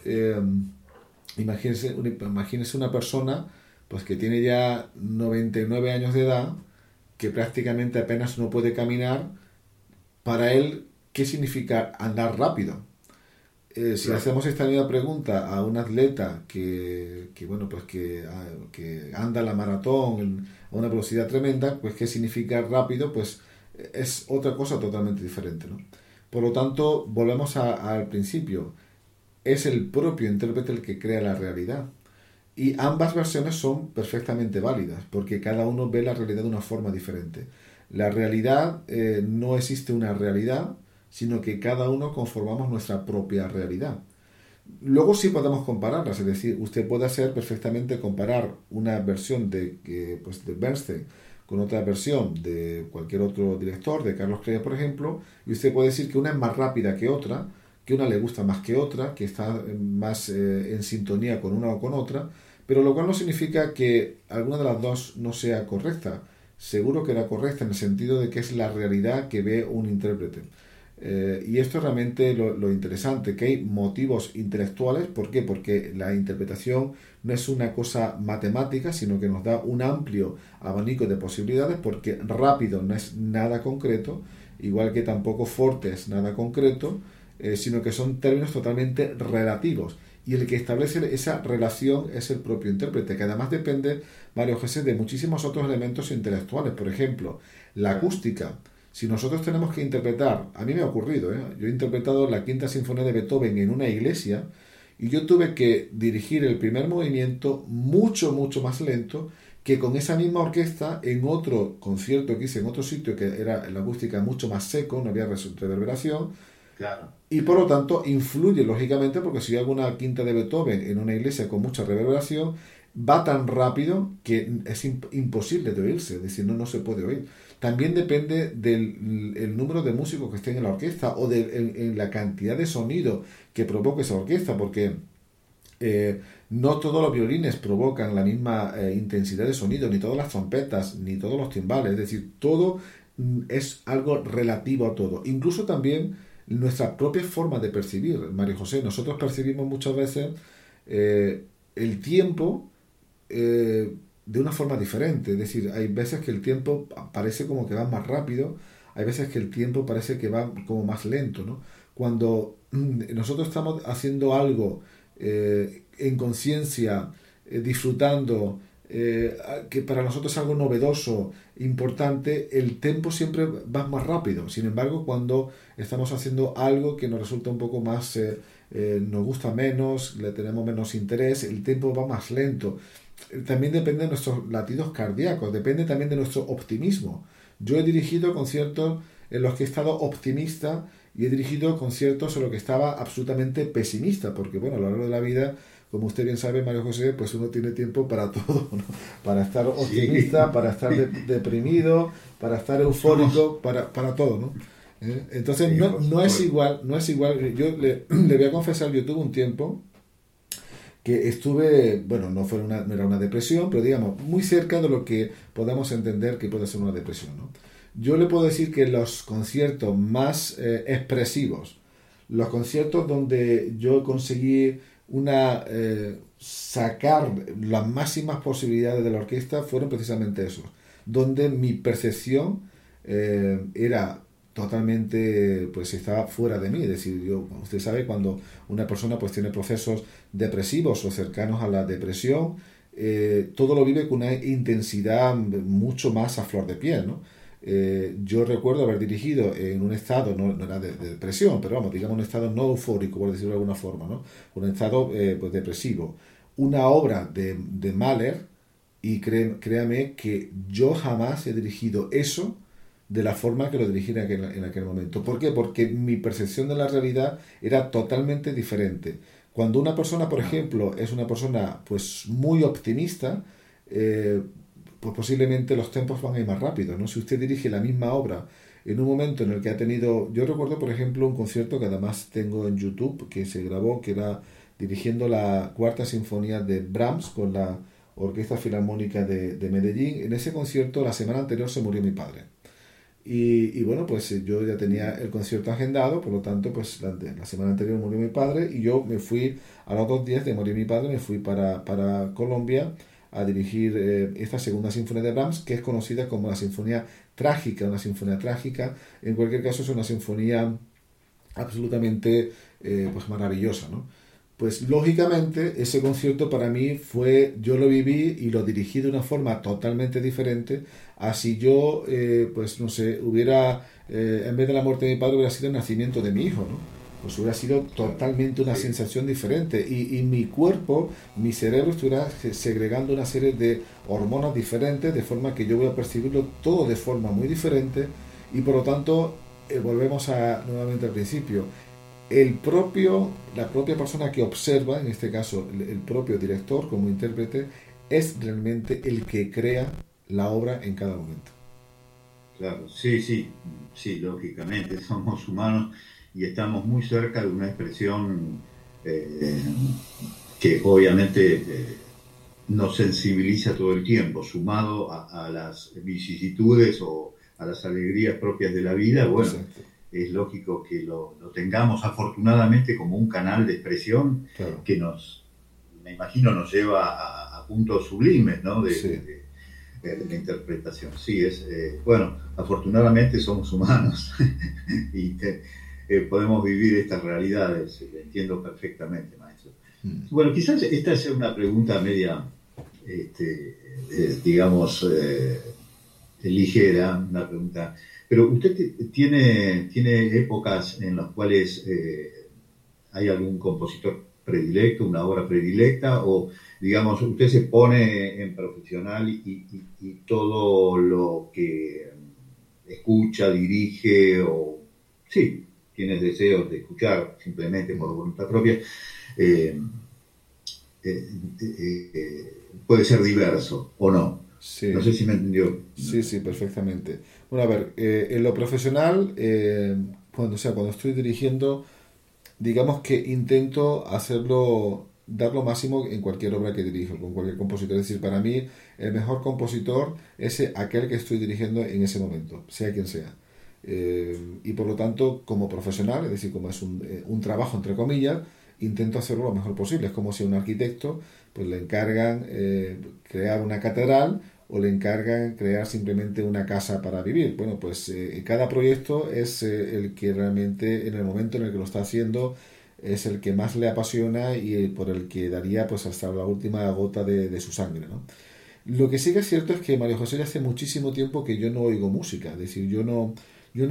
imagínese una persona pues que tiene ya 99 años de edad, que prácticamente apenas no puede caminar. Para él, ¿qué significa andar rápido? Si hacemos esta misma pregunta a un atleta que anda la maratón a una velocidad tremenda, pues ¿qué significa rápido? Pues es otra cosa totalmente diferente, ¿no? Por lo tanto, volvemos al principio. Es el propio intérprete el que crea la realidad. Y ambas versiones son perfectamente válidas, porque cada uno ve la realidad de una forma diferente. La realidad, no existe una realidad, sino que cada uno conformamos nuestra propia realidad. Luego sí podemos compararlas, es decir, usted puede perfectamente comparar una versión de Bernstein con otra versión de cualquier otro director, de Carlos Kleiber, por ejemplo, y usted puede decir que una es más rápida que otra, que una le gusta más que otra, que está más en sintonía con una o con otra, pero lo cual no significa que alguna de las dos no sea correcta. Seguro que era correcta en el sentido de que es la realidad que ve un intérprete. Y esto es realmente lo interesante, que hay motivos intelectuales. ¿Por qué? Porque la interpretación no es una cosa matemática, sino que nos da un amplio abanico de posibilidades, porque rápido no es nada concreto, igual que tampoco forte es nada concreto, sino que son términos totalmente relativos. Y el que establece esa relación es el propio intérprete, que además depende, Mario José, de muchísimos otros elementos intelectuales. Por ejemplo, la acústica. Si nosotros tenemos que interpretar, a mí me ha ocurrido, yo he interpretado la Quinta Sinfonía de Beethoven en una iglesia y yo tuve que dirigir el primer movimiento mucho, mucho más lento que con esa misma orquesta en otro concierto que hice en otro sitio, que era la acústica mucho más seco, no había reverberación. Claro. Y por lo tanto influye lógicamente, porque si hay alguna quinta de Beethoven en una iglesia con mucha reverberación, va tan rápido que es imposible de oírse, es decir, no se puede oír. También depende del el número de músicos que estén en la orquesta o en la cantidad de sonido que provoque esa orquesta, porque no todos los violines provocan la misma intensidad de sonido, ni todas las trompetas, ni todos los timbales, es decir, todo es algo relativo a todo. Incluso también nuestra propia forma de percibir, María José, nosotros percibimos muchas veces el tiempo de una forma diferente, es decir, hay veces que el tiempo parece como que va más rápido, hay veces que el tiempo parece que va como más lento, ¿no? Cuando nosotros estamos haciendo algo en conciencia, disfrutando, que para nosotros es algo novedoso, importante, el tiempo siempre va más rápido. Sin embargo, cuando estamos haciendo algo que nos resulta un poco más, nos gusta menos, le tenemos menos interés, el tiempo va más lento. También depende de nuestros latidos cardíacos, depende también de nuestro optimismo. Yo he dirigido conciertos en los que he estado optimista y he dirigido conciertos en los que estaba absolutamente pesimista, porque bueno, a lo largo de la vida, como usted bien sabe, Mario José, pues uno tiene tiempo para todo, ¿no? Para estar optimista, sí, para estar deprimido, para estar eufórico, para todo, ¿no? Entonces no es igual, yo le voy a confesar, yo tuve un tiempo que estuve, bueno, no era una depresión, pero digamos, muy cerca de lo que podamos entender que puede ser una depresión, ¿no? Yo le puedo decir que los conciertos más expresivos, los conciertos donde yo conseguí sacar las máximas posibilidades de la orquesta fueron precisamente esos, donde mi percepción era totalmente, pues estaba fuera de mí, es decir, usted sabe, cuando una persona pues tiene procesos depresivos o cercanos a la depresión, todo lo vive con una intensidad mucho más a flor de piel, ¿no? Yo recuerdo haber dirigido en un estado, no era de depresión, pero vamos, digamos un estado no eufórico, por decirlo de alguna forma, ¿no? Un estado pues depresivo, una obra de Mahler, y créame que yo jamás he dirigido eso de la forma que lo dirigí en aquel momento. ¿Por qué? Porque mi percepción de la realidad era totalmente diferente. Cuando una persona, por ejemplo, es una persona pues muy optimista, pues posiblemente los tempos van a ir más rápido, ¿no? Si usted dirige la misma obra en un momento en el que ha tenido... Yo recuerdo, por ejemplo, un concierto que además tengo en YouTube, que se grabó, que era dirigiendo la Cuarta Sinfonía de Brahms con la Orquesta Filarmónica de Medellín. En ese concierto, la semana anterior, se murió mi padre. Y bueno, pues yo ya tenía el concierto agendado, por lo tanto, pues la semana anterior murió mi padre y yo me fui, a los 2 días de morir mi padre, me fui para Colombia a dirigir esta segunda sinfonía de Brahms, que es conocida como la sinfonía trágica, una sinfonía trágica. En cualquier caso, es una sinfonía absolutamente pues maravillosa, ¿no? Pues lógicamente ese concierto para mí yo lo viví y lo dirigí de una forma totalmente diferente a si yo, pues no sé, en vez de la muerte de mi padre, hubiera sido el nacimiento de mi hijo, ¿no? Pues hubiera sido totalmente una sensación diferente y mi cuerpo, mi cerebro estuviera segregando una serie de hormonas diferentes, de forma que yo voy a percibirlo todo de forma muy diferente y por lo tanto, volvemos nuevamente al principio. La propia persona que observa, en este caso el propio director como intérprete, es realmente el que crea la obra en cada momento. Claro, sí, lógicamente somos humanos y estamos muy cerca de una expresión que obviamente nos sensibiliza todo el tiempo, sumado a las vicisitudes o a las alegrías propias de la vida. Bueno, exacto. Es lógico que lo tengamos afortunadamente como un canal de expresión, claro, que me imagino, nos lleva a puntos sublimes, ¿no? de la interpretación. Sí, bueno, afortunadamente somos humanos y podemos vivir estas realidades, lo entiendo perfectamente, maestro. Bueno, quizás esta sea una pregunta media, digamos, ligera, una pregunta. Pero usted tiene épocas en las cuales hay algún compositor predilecto, una obra predilecta, o digamos, usted se pone en profesional y todo lo que escucha, dirige, o sí, tiene deseos de escuchar simplemente por voluntad propia, puede ser diverso o no. Sí. No sé si me entendió. Sí, sí, perfectamente. Bueno, a ver, en lo profesional, cuando estoy dirigiendo, digamos que intento hacerlo, dar lo máximo en cualquier obra que dirijo, con cualquier compositor. Es decir, para mí, el mejor compositor es aquel que estoy dirigiendo en ese momento, sea quien sea. Y por lo tanto, como profesional, es decir, como es un trabajo entre comillas, intento hacerlo lo mejor posible. Es como si a un arquitecto pues le encargan crear una catedral o le encargan crear simplemente una casa para vivir. Bueno, pues cada proyecto es el que realmente en el momento en el que lo está haciendo es el que más le apasiona y por el que daría pues hasta la última gota de su sangre, ¿no? Lo que sí que es cierto es que María José ya hace muchísimo tiempo que yo no oigo música, es decir, yo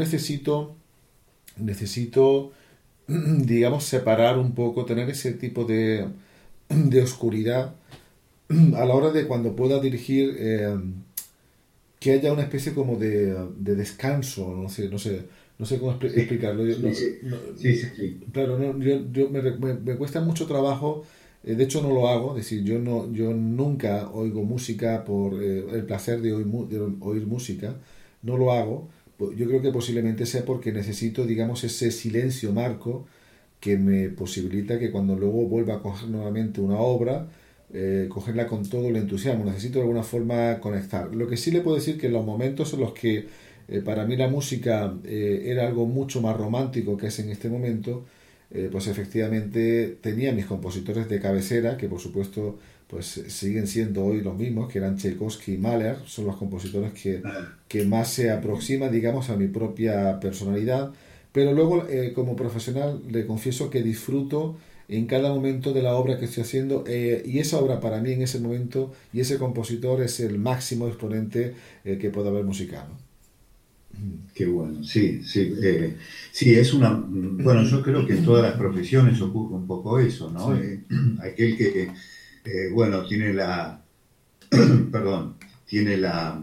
necesito digamos separar un poco, tener ese tipo de oscuridad a la hora de cuando pueda dirigir, que haya una especie como de descanso, no sé cómo Sí, explicarlo. sí, sí, sí, sí, sí. Claro, no, me cuesta mucho trabajo, de hecho no lo hago, es decir, yo nunca oigo música por el placer de oír música, no lo hago. Yo creo que posiblemente sea porque necesito, digamos, ese silencio marco que me posibilita que cuando luego vuelva a coger nuevamente una obra, cogerla con todo el entusiasmo. Necesito de alguna forma conectar. Lo que sí le puedo decir que en los momentos en los que para mí la música era algo mucho más romántico que es en este momento, pues efectivamente tenía mis compositores de cabecera, que por supuesto pues siguen siendo hoy los mismos, que eran Tchaikovsky y Mahler, son los compositores que más se aproximan, digamos, a mi propia personalidad. Pero luego, como profesional, le confieso que disfruto en cada momento de la obra que estoy haciendo, y esa obra para mí en ese momento y ese compositor es el máximo exponente que pueda haber musical, ¿no? Qué bueno, sí, sí. Sí, es una. Bueno, yo creo que en todas las profesiones ocurre un poco eso, ¿no? Sí, Aquel que, bueno, tiene perdón, tiene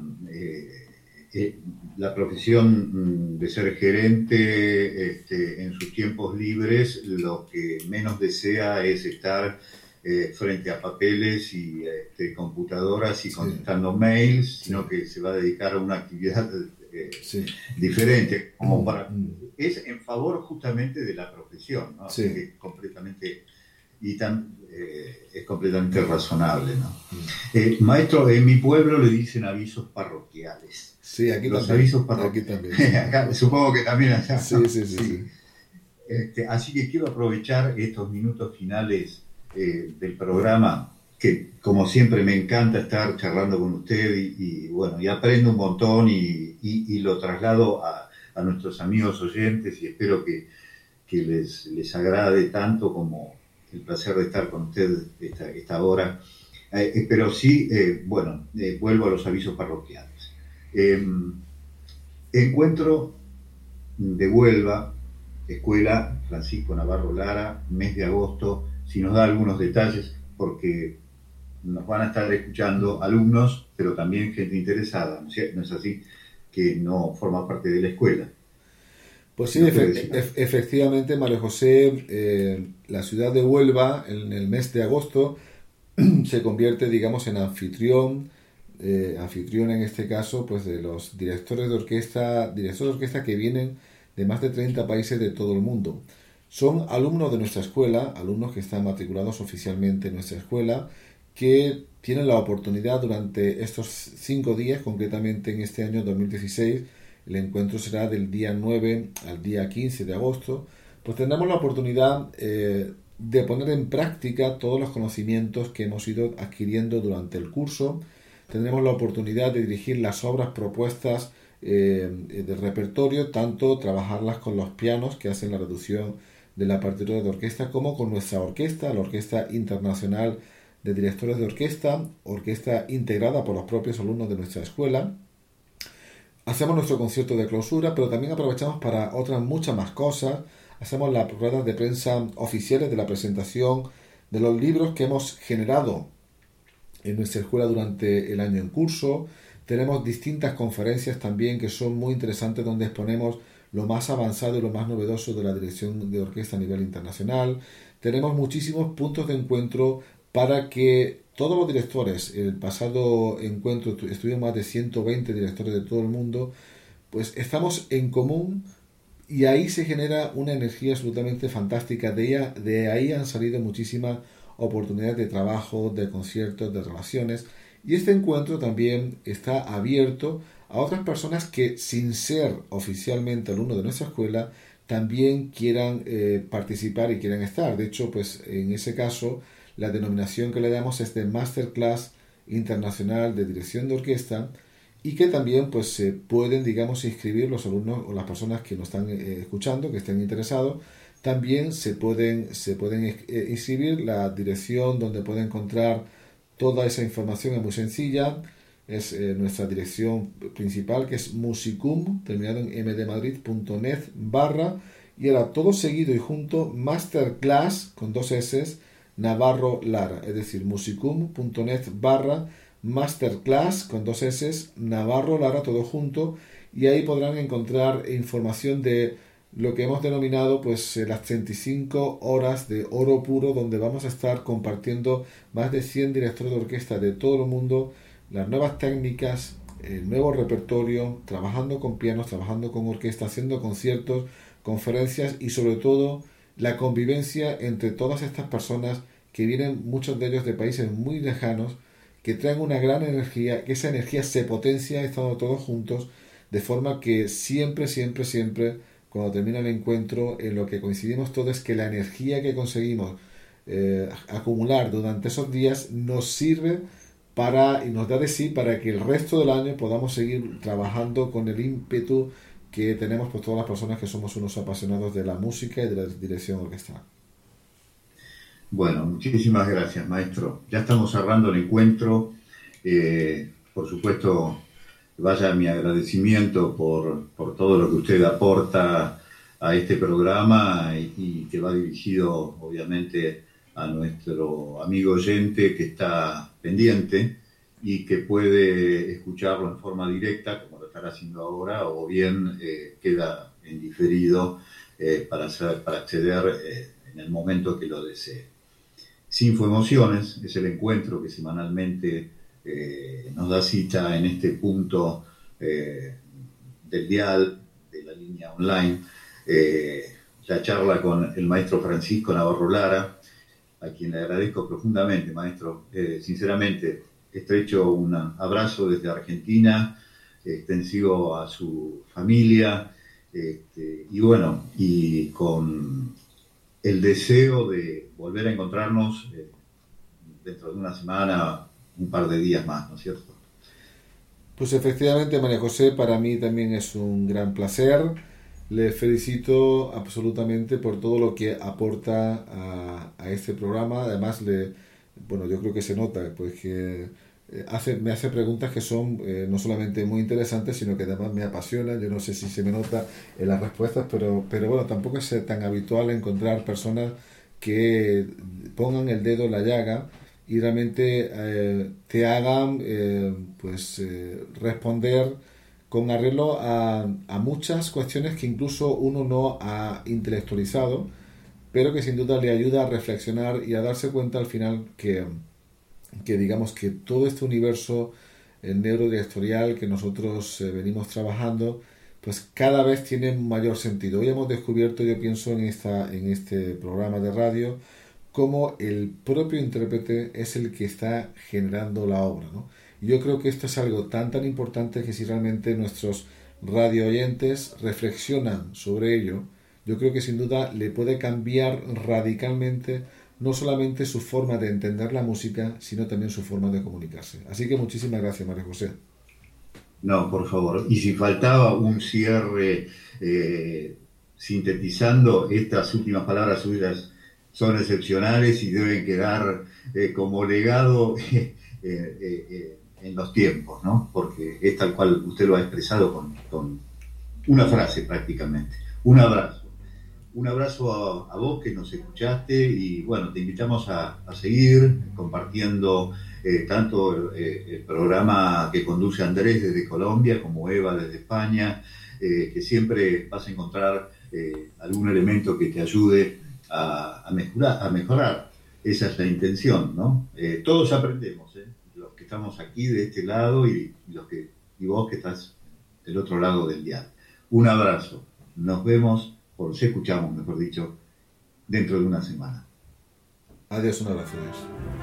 la profesión de ser gerente, en sus tiempos libres, lo que menos desea es estar frente a papeles y computadoras y sí, contestando mails, sí, sino que se va a dedicar a una actividad sí, diferente, es en favor justamente de la profesión, ¿no? Así que sí, es completamente, es completamente razonable, ¿no? Maestro, en mi pueblo le dicen avisos parroquiales. sí, aquí Los también, avisos aquí parroquiales, también, sí, supongo que también allá, sí, ¿no? sí, sí, Sí. sí, Así que quiero aprovechar estos minutos finales del programa, que como siempre me encanta estar charlando con usted bueno, y aprendo un montón y lo traslado a nuestros amigos oyentes y espero que les agrade tanto como el placer de estar con usted esta hora. Pero sí, bueno, vuelvo a los avisos parroquiales. Encuentro de Huelva, Escuela Francisco Navarro Lara, mes de agosto, si nos da algunos detalles, porque nos van a estar escuchando alumnos, pero también gente interesada, ¿no es así? Que no forma parte de la escuela. Pues Si sí, nos puede decir. efectivamente, María José, la ciudad de Huelva en el mes de agosto se convierte, digamos, en anfitrión en este caso, pues de los directores de orquesta que vienen de más de 30 países de todo el mundo. Son alumnos de nuestra escuela, alumnos que están matriculados oficialmente en nuestra escuela, que tienen la oportunidad durante estos 5 días, concretamente en este año 2016, el encuentro será del día 9 al día 15 de agosto, pues tendremos la oportunidad de poner en práctica todos los conocimientos que hemos ido adquiriendo durante el curso. Tendremos la oportunidad de dirigir las obras propuestas del repertorio, tanto trabajarlas con los pianos que hacen la reducción de la partitura de orquesta, como con nuestra orquesta, la Orquesta Internacional de Directores de Orquesta, orquesta integrada por los propios alumnos de nuestra escuela. Hacemos nuestro concierto de clausura, pero también aprovechamos para otras muchas más cosas. Hacemos las ruedas de prensa oficiales de la presentación de los libros que hemos generado en nuestra escuela durante el año en curso. Tenemos distintas conferencias también que son muy interesantes, donde exponemos lo más avanzado y lo más novedoso de la dirección de orquesta a nivel internacional. Tenemos muchísimos puntos de encuentro para que todos los directores, el pasado encuentro estuvieron más de 120 directores de todo el mundo, pues estamos en común y ahí se genera una energía absolutamente fantástica. De ahí han salido muchísimas oportunidades de trabajo, de conciertos, de relaciones. Y este encuentro también está abierto a otras personas que, sin ser oficialmente alumnos de nuestra escuela, también quieran participar y quieran estar. De hecho, pues en ese caso, la denominación que le damos es de Masterclass Internacional de Dirección de Orquesta, y que también pues se pueden, digamos, inscribir los alumnos o las personas que nos están escuchando, que estén interesados. También se pueden inscribir. La dirección donde pueden encontrar toda esa información es muy sencilla. Es nuestra dirección principal, que es musicum, terminado en mdmadrid.net / y ahora todo seguido y junto, Masterclass con 2 S Navarro Lara, es decir, musicum.net / Masterclass con 2 S Navarro Lara, todo junto, y ahí podrán encontrar información de lo que hemos denominado pues las 35 horas de oro puro, donde vamos a estar compartiendo más de 100 directores de orquesta de todo el mundo, las nuevas técnicas, el nuevo repertorio, trabajando con pianos, trabajando con orquesta, haciendo conciertos, conferencias y sobre todo la convivencia entre todas estas personas que vienen, muchos de ellos de países muy lejanos, que traen una gran energía, que esa energía se potencia estando todos juntos, de forma que siempre, cuando termina el encuentro, en lo que coincidimos todos es que la energía que conseguimos acumular durante esos días nos sirve y nos da de sí para que el resto del año podamos seguir trabajando con el ímpetu que tenemos por todas las personas que somos unos apasionados de la música y de la dirección orquestal. Bueno, muchísimas gracias, maestro. Ya estamos cerrando el encuentro. Por supuesto, vaya mi agradecimiento por todo lo que usted aporta a este programa y que va dirigido, obviamente, a nuestro amigo oyente que está pendiente y que puede escucharlo en forma directa, como lo estará haciendo ahora, o bien queda en diferido para acceder en el momento que lo desee. Sinfoemociones es el encuentro que semanalmente nos da cita en este punto del dial, de la línea online, la charla con el maestro Francisco Navarro Lara, a quien le agradezco profundamente, maestro. Sinceramente, estrecho un abrazo desde Argentina, extensivo a su familia, y bueno, y con el deseo de volver a encontrarnos dentro de una semana, un par de días más, ¿no es cierto? Pues efectivamente, María José, para mí también es un gran placer. Le felicito absolutamente por todo lo que aporta a este programa. Además, yo creo que se nota pues que me hace preguntas que son no solamente muy interesantes, sino que además me apasionan. Yo no sé si se me nota en las respuestas, pero bueno, tampoco es tan habitual encontrar personas que pongan el dedo en la llaga y realmente te hagan responder con arreglo a muchas cuestiones que incluso uno no ha intelectualizado, pero que sin duda le ayuda a reflexionar y a darse cuenta al final que digamos que todo este universo neurodirectorial que nosotros venimos trabajando, pues cada vez tiene mayor sentido. Hoy hemos descubierto, yo pienso en este programa de radio, cómo el propio intérprete es el que está generando la obra, ¿no? Y yo creo que esto es algo tan importante que si realmente nuestros radio oyentes reflexionan sobre ello, yo creo que sin duda le puede cambiar radicalmente no solamente su forma de entender la música, sino también su forma de comunicarse. Así que muchísimas gracias, María José. No, por favor. Y si faltaba un cierre sintetizando, estas últimas palabras suyas son excepcionales y deben quedar como legado en los tiempos, ¿no? Porque es tal cual usted lo ha expresado con una frase prácticamente. Un abrazo. Un abrazo a vos que nos escuchaste y bueno, te invitamos a seguir compartiendo tanto el programa que conduce Andrés desde Colombia como Eva desde España, que siempre vas a encontrar algún elemento que te ayude a mejorar esa es la intención, ¿no? Todos aprendemos, los que estamos aquí de este lado y vos que estás del otro lado del dial. Un abrazo. Nos vemos, o nos escuchamos, mejor dicho, dentro de una semana. Adiós, un abrazo. Adiós.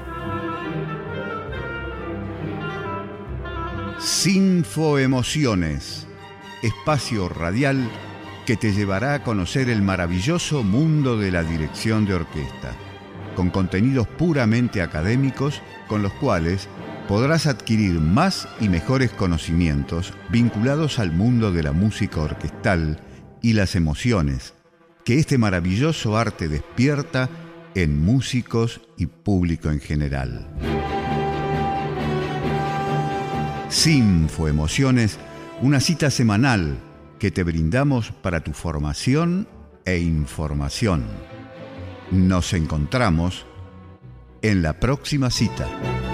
Sinfoemociones, espacio radial que te llevará a conocer el maravilloso mundo de la dirección de orquesta, con contenidos puramente académicos con los cuales podrás adquirir más y mejores conocimientos vinculados al mundo de la música orquestal y las emociones que este maravilloso arte despierta en músicos y público en general. Sinfoemociones, una cita semanal que te brindamos para tu formación e información. Nos encontramos en la próxima cita.